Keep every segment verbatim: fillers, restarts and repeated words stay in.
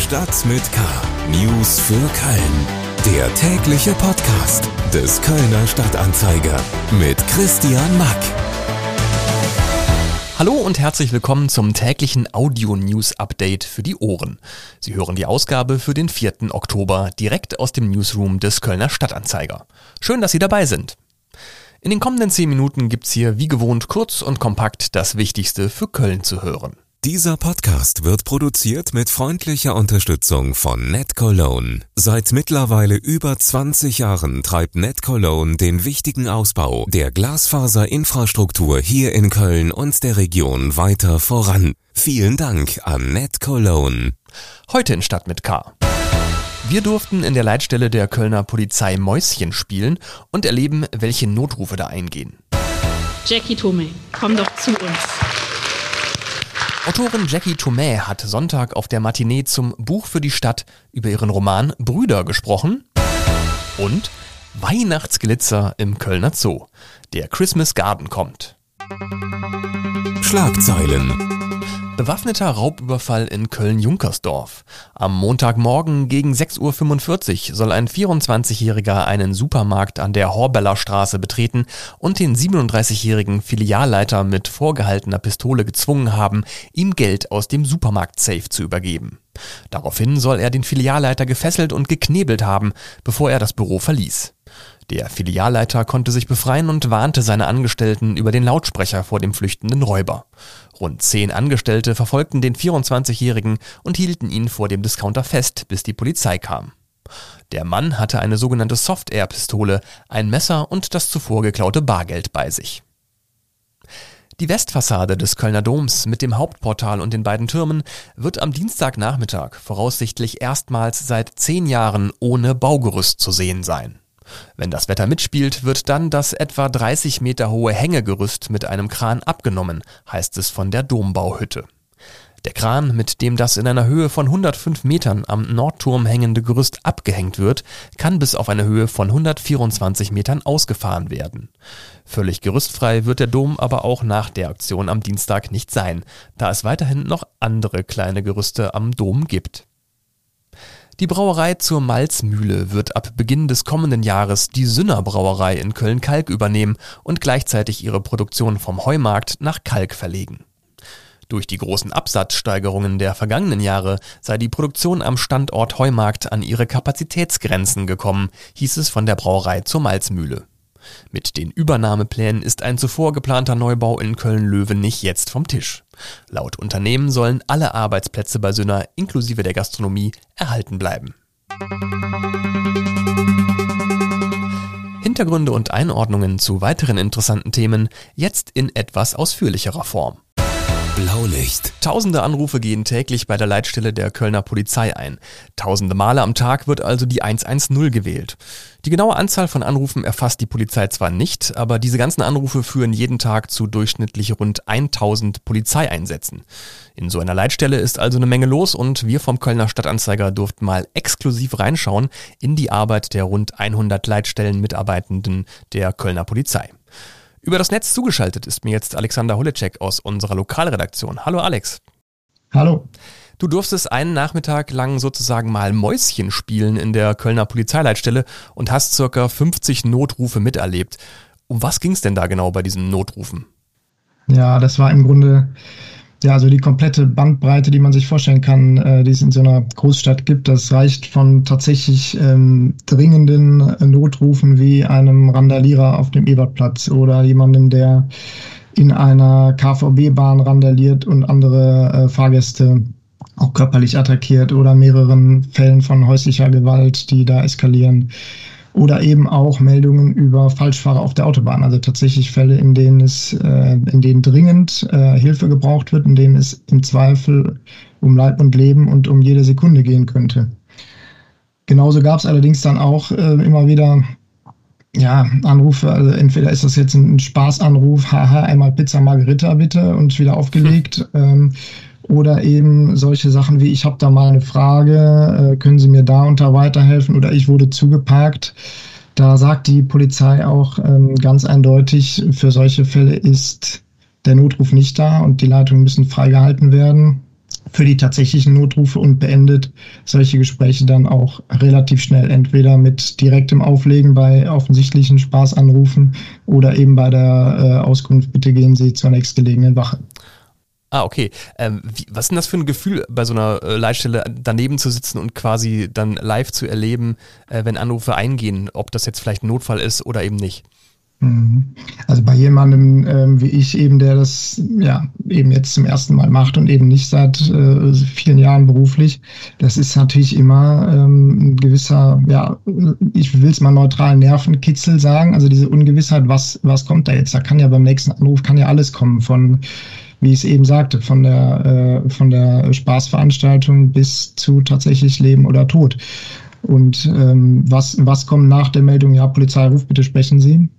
Stadt mit K. News für Köln. Der tägliche Podcast des Kölner Stadtanzeiger mit Christian Mack. Hallo und herzlich willkommen zum täglichen Audio-News-Update für die Ohren. Sie hören die Ausgabe für den vierten Oktober direkt aus dem Newsroom des Kölner Stadtanzeiger. Schön, dass Sie dabei sind. In den kommenden zehn Minuten gibt's hier wie gewohnt kurz und kompakt das Wichtigste für Köln zu hören. Dieser Podcast wird produziert mit freundlicher Unterstützung von NetCologne. Seit mittlerweile über zwanzig Jahren treibt NetCologne den wichtigen Ausbau der Glasfaserinfrastruktur hier in Köln und der Region weiter voran. Vielen Dank an NetCologne. Heute in Stadt mit K. Wir durften in der Leitstelle der Kölner Polizei Mäuschen spielen und erleben, welche Notrufe da eingehen. Jackie Tomei, komm doch zu uns. Autorin Jackie Tomei hat Sonntag auf der Matinee zum Buch für die Stadt über ihren Roman Brüder gesprochen und Weihnachtsglitzer im Kölner Zoo. Der Christmas Garden kommt. Schlagzeilen. Bewaffneter Raubüberfall in Köln-Junkersdorf. Am Montagmorgen gegen sechs Uhr fünfundvierzig soll ein vierundzwanzigjähriger einen Supermarkt an der Horbeller Straße betreten und den siebenunddreißigjährigen Filialleiter mit vorgehaltener Pistole gezwungen haben, ihm Geld aus dem Supermarkt-Safe zu übergeben. Daraufhin soll er den Filialleiter gefesselt und geknebelt haben, bevor er das Büro verließ. Der Filialleiter konnte sich befreien und warnte seine Angestellten über den Lautsprecher vor dem flüchtenden Räuber. Rund zehn Angestellte verfolgten den vierundzwanzigjährigen und hielten ihn vor dem Discounter fest, bis die Polizei kam. Der Mann hatte eine sogenannte Soft-Air-Pistole, ein Messer und das zuvor geklaute Bargeld bei sich. Die Westfassade des Kölner Doms mit dem Hauptportal und den beiden Türmen wird am Dienstagnachmittag voraussichtlich erstmals seit zehn Jahren ohne Baugerüst zu sehen sein. Wenn das Wetter mitspielt, wird dann das etwa dreißig Meter hohe Hängegerüst mit einem Kran abgenommen, heißt es von der Dombauhütte. Der Kran, mit dem das in einer Höhe von hundertfünf Metern am Nordturm hängende Gerüst abgehängt wird, kann bis auf eine Höhe von hundertvierundzwanzig Metern ausgefahren werden. Völlig gerüstfrei wird der Dom aber auch nach der Aktion am Dienstag nicht sein, da es weiterhin noch andere kleine Gerüste am Dom gibt. Die Brauerei zur Malzmühle wird ab Beginn des kommenden Jahres die Sünner Brauerei in Köln-Kalk übernehmen und gleichzeitig ihre Produktion vom Heumarkt nach Kalk verlegen. Durch die großen Absatzsteigerungen der vergangenen Jahre sei die Produktion am Standort Heumarkt an ihre Kapazitätsgrenzen gekommen, hieß es von der Brauerei zur Malzmühle. Mit den Übernahmeplänen ist ein zuvor geplanter Neubau in Köln-Löwenich jetzt vom Tisch. Laut Unternehmen sollen alle Arbeitsplätze bei Sünner inklusive der Gastronomie erhalten bleiben. Hintergründe und Einordnungen zu weiteren interessanten Themen jetzt in etwas ausführlicherer Form. Blaulicht. Tausende Anrufe gehen täglich bei der Leitstelle der Kölner Polizei ein. Tausende Male am Tag wird also die hundertzehn gewählt. Die genaue Anzahl von Anrufen erfasst die Polizei zwar nicht, aber diese ganzen Anrufe führen jeden Tag zu durchschnittlich rund tausend Polizeieinsätzen. In so einer Leitstelle ist also eine Menge los und wir vom Kölner Stadtanzeiger durften mal exklusiv reinschauen in die Arbeit der rund hundert Leitstellenmitarbeitenden der Kölner Polizei. Über das Netz zugeschaltet ist mir jetzt Alexander Holecek aus unserer Lokalredaktion. Hallo Alex. Hallo. Du durftest einen Nachmittag lang sozusagen mal Mäuschen spielen in der Kölner Polizeileitstelle und hast circa fünfzig Notrufe miterlebt. Um was ging es denn da genau bei diesen Notrufen? Ja, das war im Grunde ja also die komplette Bandbreite, die man sich vorstellen kann, äh, die es in so einer Großstadt gibt. Das reicht von tatsächlich ähm, dringenden Notrufen wie einem Randalierer auf dem Ebertplatz oder jemandem, der in einer K V B-Bahn randaliert und andere äh, Fahrgäste auch körperlich attackiert oder mehreren Fällen von häuslicher Gewalt, die da eskalieren. Oder eben auch Meldungen über Falschfahrer auf der Autobahn. Also tatsächlich Fälle, in denen es, äh, in denen dringend äh, Hilfe gebraucht wird, in denen es im Zweifel um Leib und Leben und um jede Sekunde gehen könnte. Genauso gab es allerdings dann auch äh, immer wieder ja, Anrufe. Also entweder ist das jetzt ein Spaßanruf, haha, einmal Pizza Margherita bitte und wieder aufgelegt. Ähm, Oder eben solche Sachen wie, ich habe da mal eine Frage, äh, können Sie mir da und da weiterhelfen? Oder ich wurde zugeparkt. Da sagt die Polizei auch ähm, ganz eindeutig, für solche Fälle ist der Notruf nicht da und die Leitungen müssen freigehalten werden. für die tatsächlichen Notrufe und beendet solche Gespräche dann auch relativ schnell, entweder mit direktem Auflegen bei offensichtlichen Spaßanrufen oder eben bei der äh, Auskunft, bitte gehen Sie zur nächstgelegenen Wache. Ah, okay. Ähm, wie, was ist denn das für ein Gefühl, bei so einer äh, Leitstelle daneben zu sitzen und quasi dann live zu erleben, äh, wenn Anrufe eingehen, ob das jetzt vielleicht ein Notfall ist oder eben nicht? Also bei jemandem ähm, wie ich eben, der das ja eben jetzt zum ersten Mal macht und eben nicht seit äh, vielen Jahren beruflich, das ist natürlich immer ähm, ein gewisser, ja, ich will es mal neutral Nervenkitzel sagen, also diese Ungewissheit, was, was kommt da jetzt? Da kann ja beim nächsten Anruf kann ja alles kommen, von, wie ich es eben sagte, von der, äh, von der Spaßveranstaltung bis zu tatsächlich Leben oder Tod. Und ähm, was, was kommt nach der Meldung, ja, Polizei ruft, bitte sprechen Sie?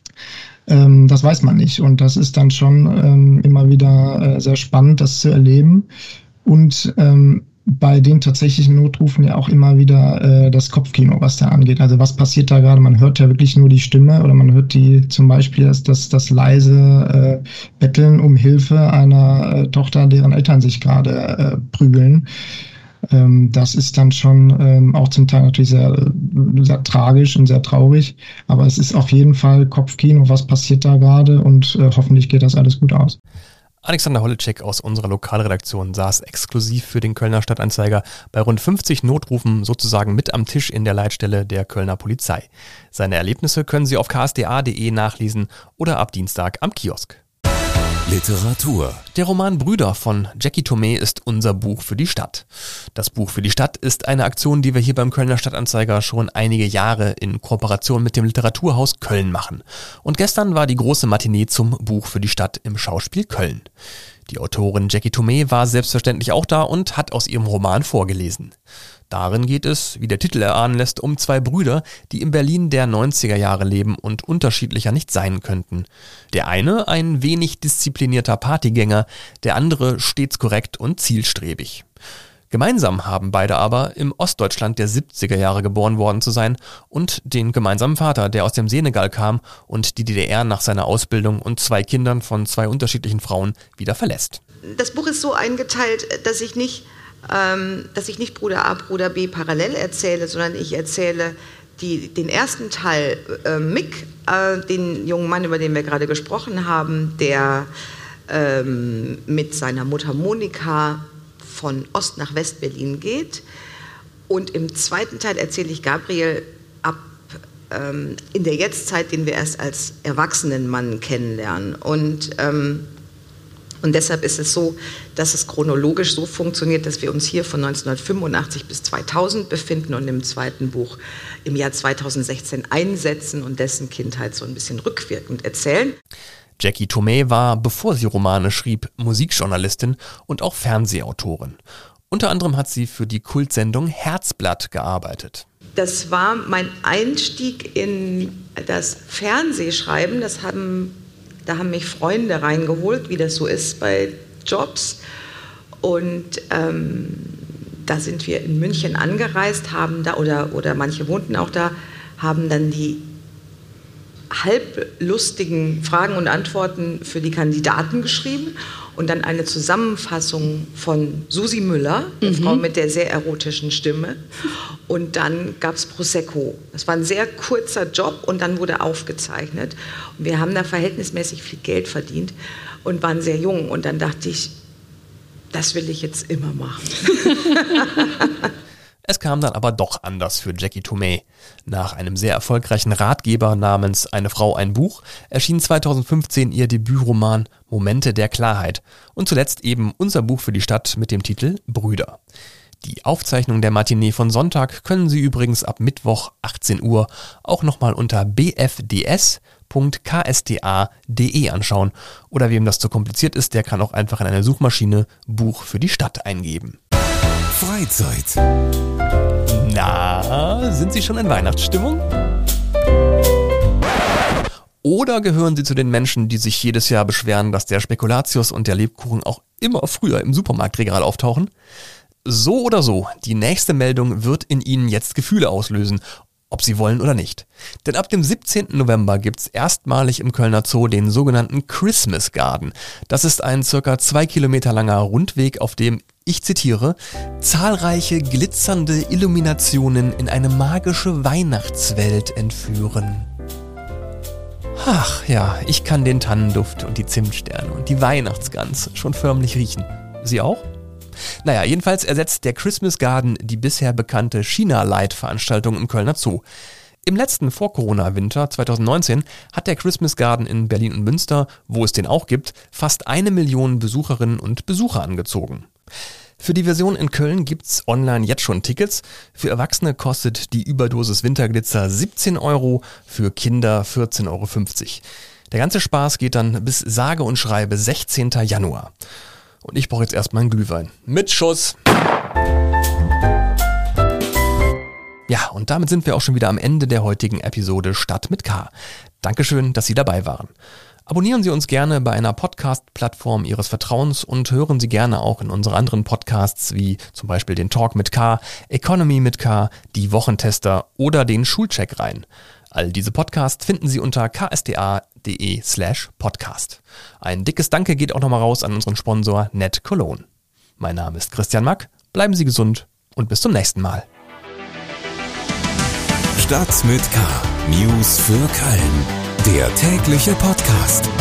Ähm, das weiß man nicht. Und das ist dann schon ähm, immer wieder äh, sehr spannend, das zu erleben. Und ähm, bei den tatsächlichen Notrufen ja auch immer wieder äh, das Kopfkino, was da angeht. Also was passiert da gerade? Man hört ja wirklich nur die Stimme oder man hört die zum Beispiel das, das, das leise äh, Betteln um Hilfe einer äh, Tochter, deren Eltern sich gerade äh, prügeln. Ähm, das ist dann schon ähm, auch zum Teil natürlich sehr, sehr tragisch und sehr traurig. Aber es ist auf jeden Fall Kopfkino, was passiert da gerade, und äh, hoffentlich geht das alles gut aus. Alexander Holleczek aus unserer Lokalredaktion saß exklusiv für den Kölner Stadtanzeiger bei rund fünfzig Notrufen sozusagen mit am Tisch in der Leitstelle der Kölner Polizei. Seine Erlebnisse können Sie auf k s d a punkt d e nachlesen oder ab Dienstag am Kiosk. Literatur. Der Roman Brüder von Jackie Thomé ist unser Buch für die Stadt. Das Buch für die Stadt ist eine Aktion, die wir hier beim Kölner Stadtanzeiger schon einige Jahre in Kooperation mit dem Literaturhaus Köln machen. Und gestern war die große Matinee zum Buch für die Stadt im Schauspiel Köln. Die Autorin Jackie Thomé war selbstverständlich auch da und hat aus ihrem Roman vorgelesen. Darin geht es, wie der Titel erahnen lässt, um zwei Brüder, die im Berlin der neunziger Jahre leben und unterschiedlicher nicht sein könnten. Der eine ein wenig disziplinierter Partygänger, der andere stets korrekt und zielstrebig. Gemeinsam haben beide aber im Ostdeutschland der siebziger Jahre geboren worden zu sein und den gemeinsamen Vater, der aus dem Senegal kam und die D D R nach seiner Ausbildung und zwei Kindern von zwei unterschiedlichen Frauen wieder verlässt. Das Buch ist so eingeteilt, dass ich nicht Ähm, dass ich nicht Bruder A, Bruder B parallel erzähle, sondern ich erzähle die, den ersten Teil. Äh, Mick, äh, den jungen Mann, über den wir gerade gesprochen haben, der ähm, mit seiner Mutter Monika von Ost nach West-Berlin geht. Und im zweiten Teil erzähle ich Gabriel ab ähm, in der Jetztzeit, den wir erst als erwachsenen Mann kennenlernen. Und ähm, Und deshalb ist es so, dass es chronologisch so funktioniert, dass wir uns hier von neunzehnhundertfünfundachtzig bis zweitausend befinden und im zweiten Buch im Jahr zweitausendsechzehn einsetzen und dessen Kindheit so ein bisschen rückwirkend erzählen. Jackie Thomé war, bevor sie Romane schrieb, Musikjournalistin und auch Fernsehautorin. Unter anderem hat sie für die Kultsendung Herzblatt gearbeitet. Das war mein Einstieg in das Fernsehschreiben. Das haben Da haben mich Freunde reingeholt, wie das so ist bei Jobs. Und ähm, da sind wir in München angereist, haben da, oder, oder manche wohnten auch da, haben dann die halblustigen Fragen und Antworten für die Kandidaten geschrieben und dann eine Zusammenfassung von Susi Müller, die mhm. Frau mit der sehr erotischen Stimme. Und dann gab es Prosecco. Das war ein sehr kurzer Job und dann wurde aufgezeichnet. Und wir haben da verhältnismäßig viel Geld verdient und waren sehr jung. Und dann dachte ich, das will ich jetzt immer machen. Es kam dann aber doch anders für Jackie Thomé. Nach einem sehr erfolgreichen Ratgeber namens Eine Frau, ein Buch erschien zweitausendfünfzehn ihr Debütroman Momente der Klarheit und zuletzt eben unser Buch für die Stadt mit dem Titel Brüder. Die Aufzeichnung der Matinee von Sonntag können Sie übrigens ab Mittwoch achtzehn Uhr auch nochmal unter b f d s punkt k s t a punkt d e anschauen. Oder wem das zu kompliziert ist, der kann auch einfach in eine Suchmaschine Buch für die Stadt eingeben. Freizeit. Na, sind Sie schon in Weihnachtsstimmung? Oder gehören Sie zu den Menschen, die sich jedes Jahr beschweren, dass der Spekulatius und der Lebkuchen auch immer früher im Supermarktregal auftauchen? So oder so, die nächste Meldung wird in Ihnen jetzt Gefühle auslösen, ob Sie wollen oder nicht. Denn ab dem siebzehnten November gibt's erstmalig im Kölner Zoo den sogenannten Christmas Garden. Das ist ein circa zwei Kilometer langer Rundweg, auf dem ich zitiere, zahlreiche glitzernde Illuminationen in eine magische Weihnachtswelt entführen. Ach ja, ich kann den Tannenduft und die Zimtsterne und die Weihnachtsgans schon förmlich riechen. Sie auch? Naja, jedenfalls ersetzt der Christmas Garden die bisher bekannte China-Light-Veranstaltung im Kölner Zoo. Im letzten Vor-Corona-Winter zwanzig neunzehn hat der Christmas Garden in Berlin und Münster, wo es den auch gibt, fast eine Million Besucherinnen und Besucher angezogen. Für die Version in Köln gibt's online jetzt schon Tickets. Für Erwachsene kostet die Überdosis Winterglitzer siebzehn Euro, für Kinder vierzehn Euro fünfzig. Der ganze Spaß geht dann bis sage und schreibe sechzehnten Januar. Und ich brauche jetzt erstmal einen Glühwein. Mit Schuss! Ja, und damit sind wir auch schon wieder am Ende der heutigen Episode Stadt mit K. Dankeschön, dass Sie dabei waren. Abonnieren Sie uns gerne bei einer Podcast-Plattform Ihres Vertrauens und hören Sie gerne auch in unsere anderen Podcasts wie zum Beispiel den Talk mit K, Economy mit K, die Wochentester oder den Schulcheck rein. All diese Podcasts finden Sie unter ksda.de slash podcast. Ein dickes Danke geht auch nochmal raus an unseren Sponsor Net Cologne. Mein Name ist Christian Mack, bleiben Sie gesund und bis zum nächsten Mal. Stadt mit K. News für Köln. Der tägliche Podcast.